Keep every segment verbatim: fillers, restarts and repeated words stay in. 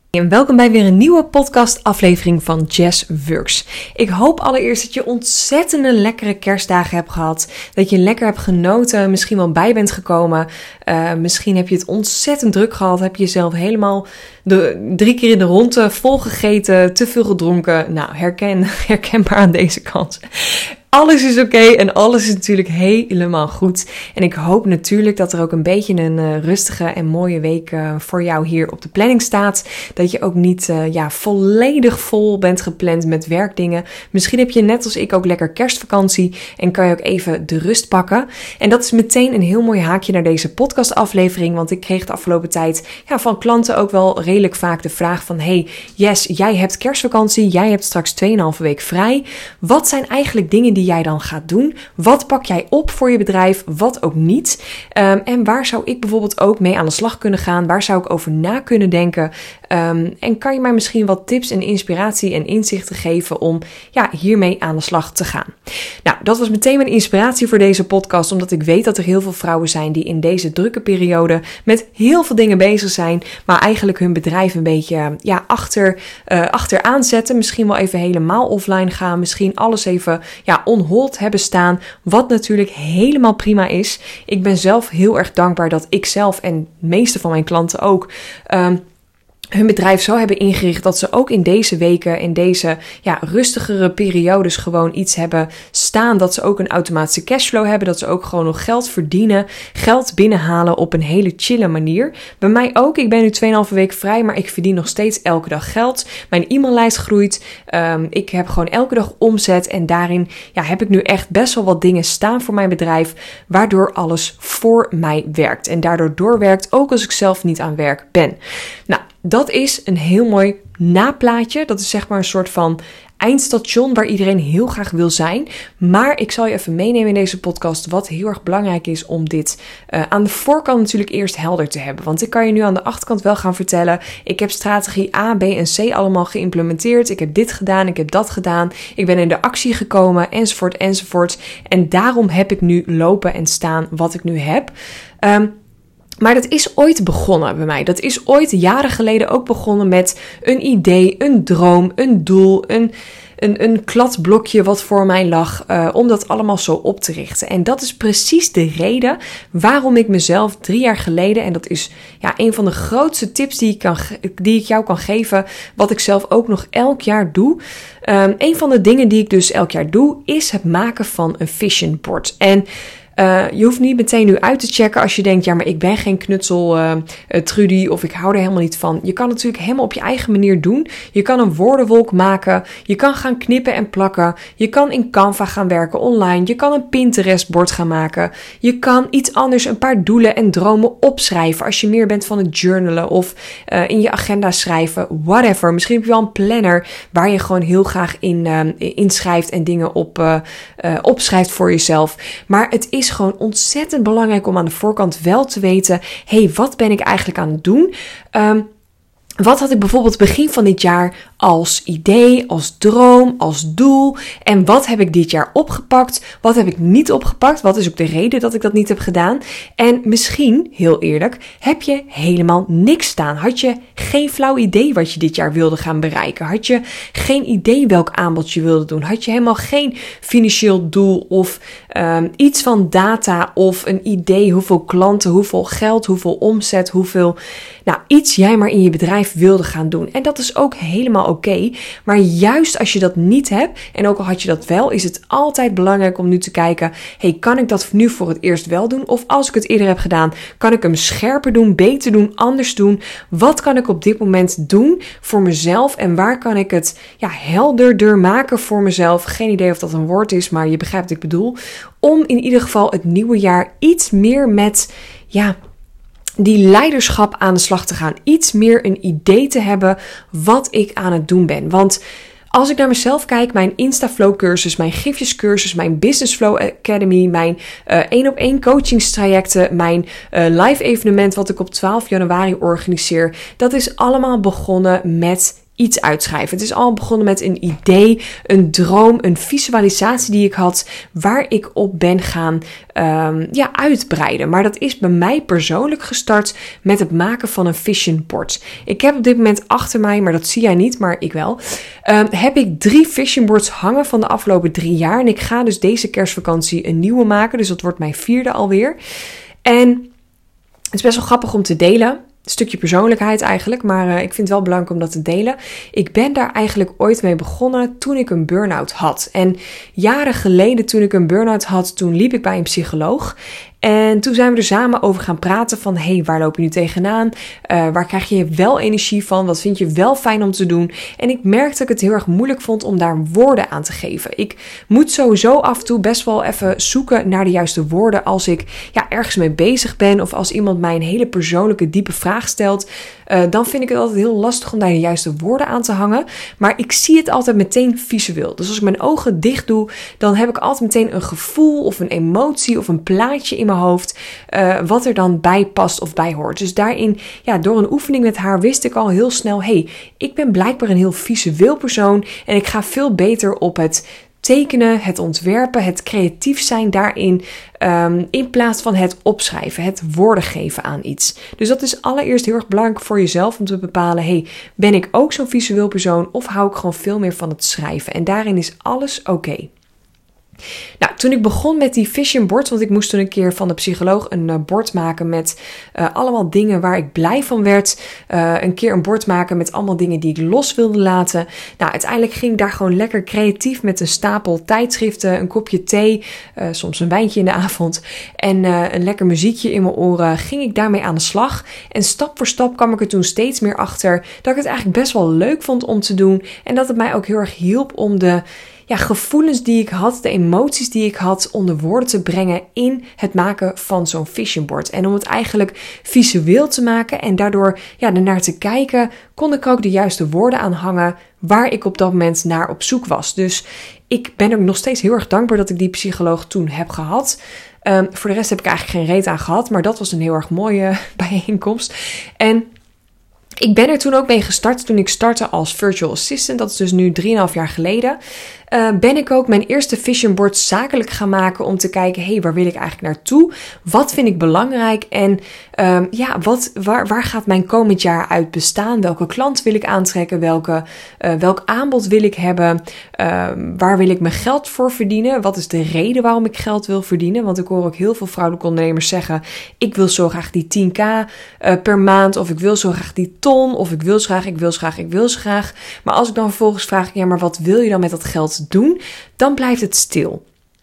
En welkom bij weer een nieuwe podcast aflevering van Jazz Works. Ik hoop allereerst dat je ontzettende lekkere kerstdagen hebt gehad. Dat je lekker hebt genoten, misschien wel bij bent gekomen. Uh, misschien heb je het ontzettend druk gehad. Heb je jezelf helemaal de, drie keer in de ronde vol gegeten, te veel gedronken. Nou, herken, herkenbaar aan deze kant. Alles is oké okay en alles is natuurlijk helemaal goed. En ik hoop natuurlijk dat er ook een beetje een uh, rustige en mooie week uh, voor jou hier op de planning staat. Dat je ook niet uh, ja, volledig vol bent gepland met werkdingen. Misschien heb je net als ik ook lekker kerstvakantie en kan je ook even de rust pakken. En dat is meteen een heel mooi haakje naar deze podcastaflevering. Want ik kreeg de afgelopen tijd ja, van klanten ook wel redelijk vaak de vraag van: hey, yes, jij hebt kerstvakantie, jij hebt straks tweeënhalve week vrij. Wat zijn eigenlijk dingen die die jij dan gaat doen? Wat pak jij op voor je bedrijf? Wat ook niet? Um, en waar zou ik bijvoorbeeld ook mee aan de slag kunnen gaan? Waar zou ik over na kunnen denken? Um, en kan je mij misschien wat tips en inspiratie en inzichten geven om ja, hiermee aan de slag te gaan? Nou, dat was meteen mijn inspiratie voor deze podcast, omdat ik weet dat er heel veel vrouwen zijn die in deze drukke periode met heel veel dingen bezig zijn, maar eigenlijk hun bedrijf een beetje ja, achter, uh, achteraan zetten. Misschien wel even helemaal offline gaan. Misschien alles even ja, on hold hebben staan, wat natuurlijk helemaal prima is. Ik ben zelf heel erg dankbaar dat ik zelf en de meeste van mijn klanten ook Um, hun bedrijf zo hebben ingericht dat ze ook in deze weken, in deze ja, rustigere periodes gewoon iets hebben staan. Dat ze ook een automatische cashflow hebben. Dat ze ook gewoon nog geld verdienen. Geld binnenhalen op een hele chille manier. Bij mij ook. Ik ben nu tweeënhalve week vrij, maar ik verdien nog steeds elke dag geld. Mijn e-maillijst groeit. Um, ik heb gewoon elke dag omzet. En daarin ja, heb ik nu echt best wel wat dingen staan voor mijn bedrijf. Waardoor alles voor mij werkt. En daardoor doorwerkt, ook als ik zelf niet aan werk ben. Nou, dat is een heel mooi naplaatje. Dat is zeg maar een soort van eindstation waar iedereen heel graag wil zijn. Maar ik zal je even meenemen in deze podcast wat heel erg belangrijk is om dit uh, aan de voorkant natuurlijk eerst helder te hebben. Want ik kan je nu aan de achterkant wel gaan vertellen: ik heb strategie A, B en C allemaal geïmplementeerd. Ik heb dit gedaan, ik heb dat gedaan. Ik ben in de actie gekomen, enzovoort, enzovoort. En daarom heb ik nu lopen en staan wat ik nu heb. Um, Maar dat is ooit begonnen bij mij. Dat is ooit jaren geleden ook begonnen met een idee, een droom, een doel, een, een, een kladblokje wat voor mij lag, uh, om dat allemaal zo op te richten. En dat is precies de reden waarom ik mezelf drie jaar geleden, en dat is ja, een van de grootste tips die ik, kan, die ik jou kan geven, wat ik zelf ook nog elk jaar doe. Um, een van de dingen die ik dus elk jaar doe, is het maken van een vision board. En Uh, je hoeft niet meteen nu uit te checken als je denkt: ja, maar ik ben geen knutsel uh, uh, Trudy of ik hou er helemaal niet van. Je kan het natuurlijk helemaal op je eigen manier doen. Je kan een woordenwolk maken. Je kan gaan knippen en plakken. Je kan in Canva gaan werken online. Je kan een Pinterest bord gaan maken. Je kan iets anders, een paar doelen en dromen opschrijven als je meer bent van het journalen of uh, in je agenda schrijven. Whatever. Misschien heb je wel een planner waar je gewoon heel graag in uh, inschrijft en dingen op, uh, uh, opschrijft voor jezelf. Maar het is gewoon ontzettend belangrijk om aan de voorkant wel te weten: hey, wat ben ik eigenlijk aan het doen? Um, Wat had ik bijvoorbeeld begin van dit jaar als idee, als droom, als doel? En wat heb ik dit jaar opgepakt? Wat heb ik niet opgepakt? Wat is ook de reden dat ik dat niet heb gedaan? En misschien, heel eerlijk, heb je helemaal niks staan. Had je geen flauw idee wat je dit jaar wilde gaan bereiken? Had je geen idee welk aanbod je wilde doen? Had je helemaal geen financieel doel of um, iets van data of een idee hoeveel klanten, hoeveel geld, hoeveel omzet, hoeveel, nou, iets jij maar in je bedrijf wilde gaan doen. En dat is ook helemaal oké. Okay, maar juist als je dat niet hebt, en ook al had je dat wel, is het altijd belangrijk om nu te kijken: hey, kan ik dat nu voor het eerst wel doen? Of als ik het eerder heb gedaan, kan ik hem scherper doen, beter doen, anders doen? Wat kan ik op dit moment doen voor mezelf? En waar kan ik het ja, helderder maken voor mezelf? Geen idee of dat een woord is, maar je begrijpt wat ik bedoel. Om in ieder geval het nieuwe jaar iets meer met ja, die leiderschap aan de slag te gaan. Iets meer een idee te hebben wat ik aan het doen ben. Want als ik naar mezelf kijk, mijn Instaflow cursus, mijn gifjescursus, mijn Business Flow Academy, mijn één op één coachingstrajecten, mijn uh, live evenement wat ik op twaalf januari organiseer, dat is allemaal begonnen met iets uitschrijven. Het is al begonnen met een idee, een droom, een visualisatie die ik had, waar ik op ben gaan um, ja, uitbreiden. Maar dat is bij mij persoonlijk gestart met het maken van een vision board. Ik heb op dit moment achter mij, maar dat zie jij niet, maar ik wel, um, heb ik drie vision boards hangen van de afgelopen drie jaar. En ik ga dus deze kerstvakantie een nieuwe maken, dus dat wordt mijn vierde alweer. En het is best wel grappig om te delen. Een stukje persoonlijkheid eigenlijk, maar uh, ik vind het wel belangrijk om dat te delen. Ik ben daar eigenlijk ooit mee begonnen toen ik een burn-out had. En jaren geleden toen ik een burn-out had, toen liep ik bij een psycholoog. En toen zijn we er samen over gaan praten van, hey, waar loop je nu tegenaan? Uh, waar krijg je wel energie van? Wat vind je wel fijn om te doen? En ik merkte dat ik het heel erg moeilijk vond om daar woorden aan te geven. Ik moet sowieso af en toe best wel even zoeken naar de juiste woorden als ik ja, ergens mee bezig ben of als iemand mij een hele persoonlijke, diepe vraag stelt. Uh, dan vind ik het altijd heel lastig om daar de juiste woorden aan te hangen. Maar ik zie het altijd meteen visueel. Dus als ik mijn ogen dicht doe, dan heb ik altijd meteen een gevoel of een emotie of een plaatje in mijn hoofd, uh, wat er dan bij past of bij hoort. Dus daarin, ja, door een oefening met haar wist ik al heel snel, hey, ik ben blijkbaar een heel visueel persoon en ik ga veel beter op het tekenen, het ontwerpen, het creatief zijn daarin, um, in plaats van het opschrijven, het woorden geven aan iets. Dus dat is allereerst heel erg belangrijk voor jezelf om te bepalen, hey, ben ik ook zo'n visueel persoon of hou ik gewoon veel meer van het schrijven? En daarin is alles oké. Okay. Nou, toen ik begon met die vision board, want ik moest toen een keer van de psycholoog een uh, bord maken met uh, allemaal dingen waar ik blij van werd. Uh, een keer een bord maken met allemaal dingen die ik los wilde laten. Nou, uiteindelijk ging ik daar gewoon lekker creatief met een stapel tijdschriften, een kopje thee, uh, soms een wijntje in de avond en uh, een lekker muziekje in mijn oren. Ging ik daarmee aan de slag en stap voor stap kwam ik er toen steeds meer achter dat ik het eigenlijk best wel leuk vond om te doen en dat het mij ook heel erg hielp om de ja, gevoelens die ik had, de emoties die ik had, onder woorden te brengen in het maken van zo'n vision board. En om het eigenlijk visueel te maken en daardoor ja, ernaar te kijken, kon ik ook de juiste woorden aan hangen waar ik op dat moment naar op zoek was. Dus ik ben ook nog steeds heel erg dankbaar dat ik die psycholoog toen heb gehad. Um, voor de rest heb ik eigenlijk geen reet aan gehad, maar dat was een heel erg mooie bijeenkomst. En ik ben er toen ook mee gestart toen ik startte als virtual assistant. Dat is dus nu drieënhalf jaar geleden. Uh, ben ik ook mijn eerste vision board zakelijk gaan maken om te kijken, hé, hey, waar wil ik eigenlijk naartoe? Wat vind ik belangrijk? En um, ja, wat, waar, waar gaat mijn komend jaar uit bestaan? Welke klant wil ik aantrekken? Welke, uh, welk aanbod wil ik hebben? Uh, waar wil ik mijn geld voor verdienen? Wat is de reden waarom ik geld wil verdienen? Want ik hoor ook heel veel vrouwelijke ondernemers zeggen, ik wil zo graag die tien k uh, per maand, of ik wil zo graag die ton, of ik wil zo graag, ik wil zo graag, ik wil zo graag. Maar als ik dan vervolgens vraag, ja, maar wat wil je dan met dat geld doen, dan blijft het stil.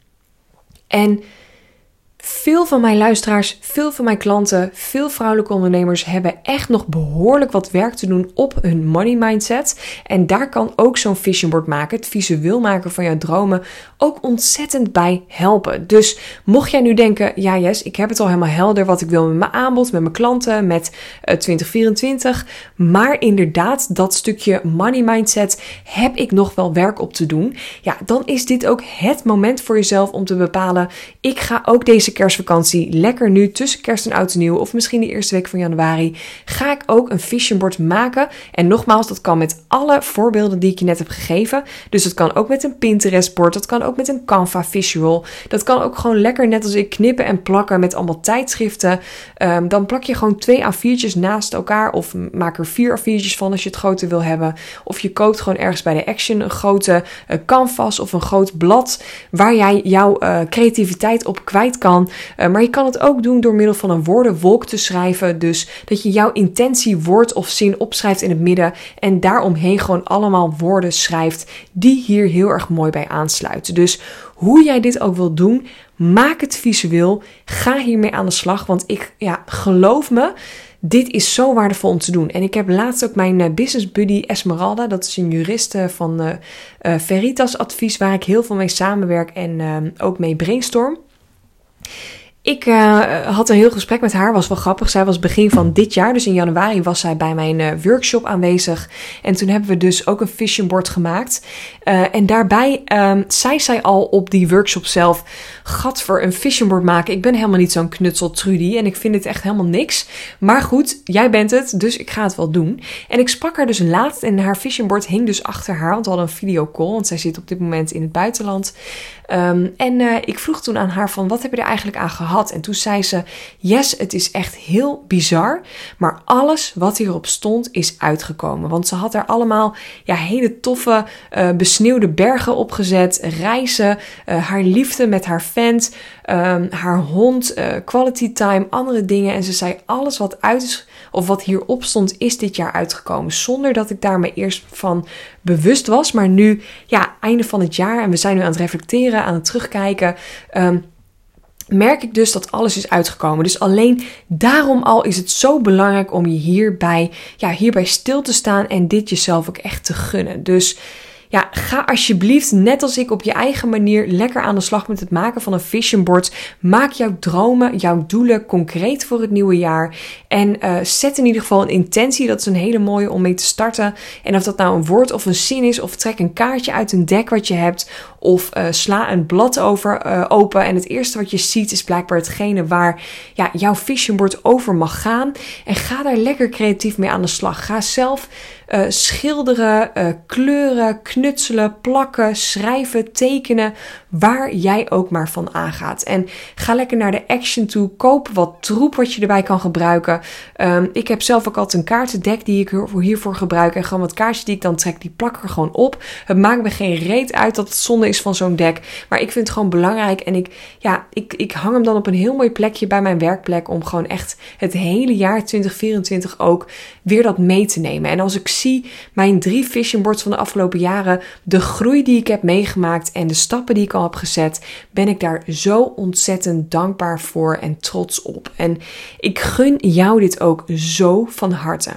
En veel van mijn luisteraars, veel van mijn klanten, veel vrouwelijke ondernemers hebben echt nog behoorlijk wat werk te doen op hun money mindset. En daar kan ook zo'n vision board maken, het visueel maken van jouw dromen, ook ontzettend bij helpen. Dus mocht jij nu denken, ja Jess, ik heb het al helemaal helder wat ik wil met mijn aanbod, met mijn klanten, met uh, twintig vierentwintig. Maar inderdaad, dat stukje money mindset heb ik nog wel werk op te doen. Ja, dan is dit ook het moment voor jezelf om te bepalen, ik ga ook deze kerstvakantie lekker nu tussen kerst en oud en nieuw of misschien de eerste week van januari ga ik ook een vision board maken. En nogmaals, dat kan met alle voorbeelden die ik je net heb gegeven. Dus dat kan ook met een Pinterest board, dat kan ook met een Canva visual. Dat kan ook gewoon lekker net als ik knippen en plakken met allemaal tijdschriften. Um, dan plak je gewoon twee A viertjes naast elkaar of maak er vier A viertjes van als je het groter wil hebben. Of je koopt gewoon ergens bij de Action een grote uh, canvas of een groot blad waar jij jouw uh, creativiteit op kwijt kan. Uh, maar je kan het ook doen door middel van een woordenwolk te schrijven. Dus dat je jouw intentie, woord of zin opschrijft in het midden en daaromheen gewoon allemaal woorden schrijft die hier heel erg mooi bij aansluiten. Dus hoe jij dit ook wilt doen, maak het visueel. Ga hiermee aan de slag, want ik, ja, geloof me, dit is zo waardevol om te doen. En ik heb laatst ook mijn uh, business buddy Esmeralda, dat is een juriste van uh, uh, Veritas Advies, waar ik heel veel mee samenwerk en uh, ook mee brainstorm. ik uh, had een heel gesprek met haar, was wel grappig. Zij was begin van dit jaar, dus in januari was zij bij mijn uh, workshop aanwezig. En toen hebben we dus ook een vision board gemaakt. Uh, en daarbij um, zei zij al op die workshop zelf, gadver, een vision board maken. Ik ben helemaal niet zo'n knutsel Trudy en ik vind het echt helemaal niks. Maar goed, jij bent het, dus ik ga het wel doen. En ik sprak haar dus laatst en haar vision board hing dus achter haar, want we hadden een videocall, want zij zit op dit moment in het buitenland. Um, en uh, ik vroeg toen aan haar van, wat heb je er eigenlijk aan gehad? En toen zei ze, yes, het is echt heel bizar, maar alles wat hierop stond is uitgekomen. Want ze had er allemaal ja, hele toffe, uh, besneeuwde bergen opgezet, reizen, uh, haar liefde met haar vent, um, haar hond, uh, quality time, andere dingen. En ze zei, alles wat uit is, of wat hierop stond, is dit jaar uitgekomen. Zonder dat ik daar me eerst van bewust was. Maar nu, ja, einde van het jaar en we zijn nu aan het reflecteren, aan het terugkijken, um, merk ik dus dat alles is uitgekomen. Dus alleen daarom al is het zo belangrijk om je hierbij, ja, hierbij stil te staan en dit jezelf ook echt te gunnen. Dus ja, ga alsjeblieft, net als ik, op je eigen manier lekker aan de slag met het maken van een vision board. Maak jouw dromen, jouw doelen concreet voor het nieuwe jaar. En uh, zet in ieder geval een intentie. Dat is een hele mooie om mee te starten. En of dat nou een woord of een zin is, of trek een kaartje uit een deck wat je hebt. Of uh, sla een blad over, uh, open. En het eerste wat je ziet is blijkbaar hetgene waar ja, jouw vision board over mag gaan. En ga daar lekker creatief mee aan de slag. Ga zelf uh, schilderen, uh, kleuren, knutselen, plakken, schrijven, tekenen. Waar jij ook maar van aangaat. En ga lekker naar de action toe. Koop wat troep wat je erbij kan gebruiken. Um, ik heb zelf ook altijd een kaartendek die ik hiervoor gebruik. En gewoon wat kaartjes die ik dan trek, die plak er gewoon op. Het maakt me geen reet uit dat het zonde is van zo'n deck. Maar ik vind het gewoon belangrijk. En ik, ja, ik, ik hang hem dan op een heel mooi plekje bij mijn werkplek. Om gewoon echt het hele jaar twintig vierentwintig ook weer dat mee te nemen. En als ik zie mijn drie vision boards van de afgelopen jaren, de groei die ik heb meegemaakt en de stappen die ik al heb gezet, ben ik daar zo ontzettend dankbaar voor en trots op. En ik gun jou dit ook zo van harte.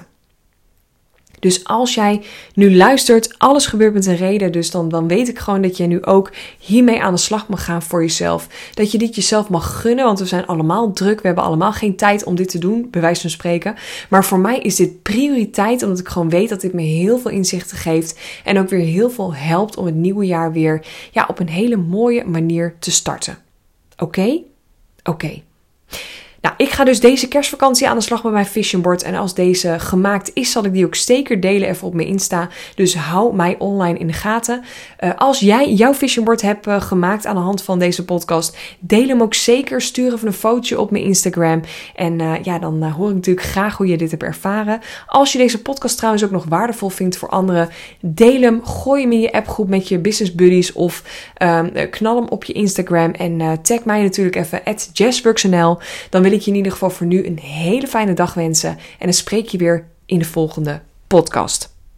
Dus als jij nu luistert, alles gebeurt met een reden, dus dan, dan weet ik gewoon dat je nu ook hiermee aan de slag mag gaan voor jezelf. Dat je dit jezelf mag gunnen, want we zijn allemaal druk, we hebben allemaal geen tijd om dit te doen, bij wijze van spreken. Maar voor mij is dit prioriteit, omdat ik gewoon weet dat dit me heel veel inzichten geeft en ook weer heel veel helpt om het nieuwe jaar weer ja, op een hele mooie manier te starten. Oké? Okay? Oké. Okay. Nou, ik ga dus deze kerstvakantie aan de slag met mijn vision board. En als deze gemaakt is, zal ik die ook zeker delen even op mijn Insta. Dus hou mij online in de gaten. Uh, als jij jouw vision board hebt uh, gemaakt aan de hand van deze podcast, deel hem ook zeker. Stuur even een fotootje op mijn Instagram. En uh, ja, dan uh, hoor ik natuurlijk graag hoe je dit hebt ervaren. Als je deze podcast trouwens ook nog waardevol vindt voor anderen, deel hem. Gooi hem in je appgroep met je business buddies of uh, knal hem op je Instagram. En uh, tag mij natuurlijk even at jessworks punt n l. Dan wil ik je in ieder geval voor nu een hele fijne dag wensen. En dan spreek je weer in de volgende podcast.